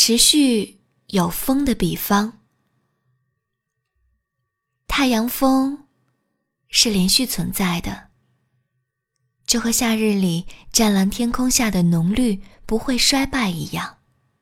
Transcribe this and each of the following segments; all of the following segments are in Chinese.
持续有风的比方。太阳风是连续存在的，就和夏日里湛蓝天空下的浓绿不会衰败一样。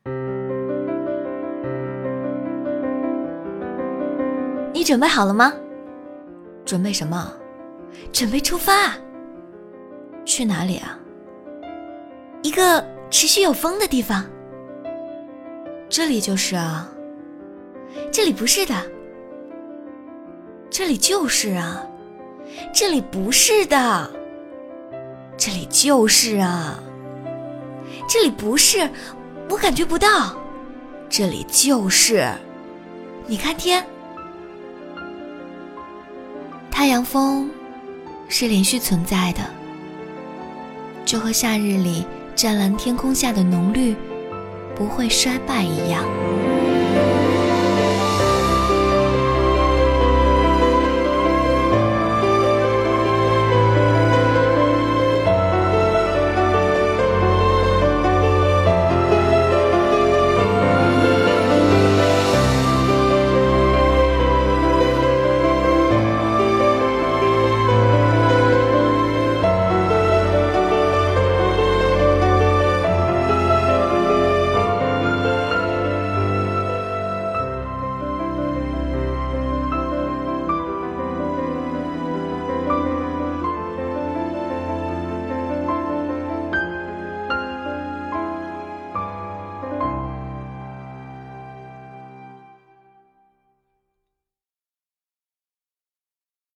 你准备好了吗？准备什么？准备出发。去哪里啊？一个持续有风的地方。这里就是啊。这里不是的。这里就是啊。这里不是的。这里就是啊。这里不是，我感觉不到。这里就是。你看天。太阳风是连续存在的，就和夏日里湛蓝天空下的浓绿不会衰败一样。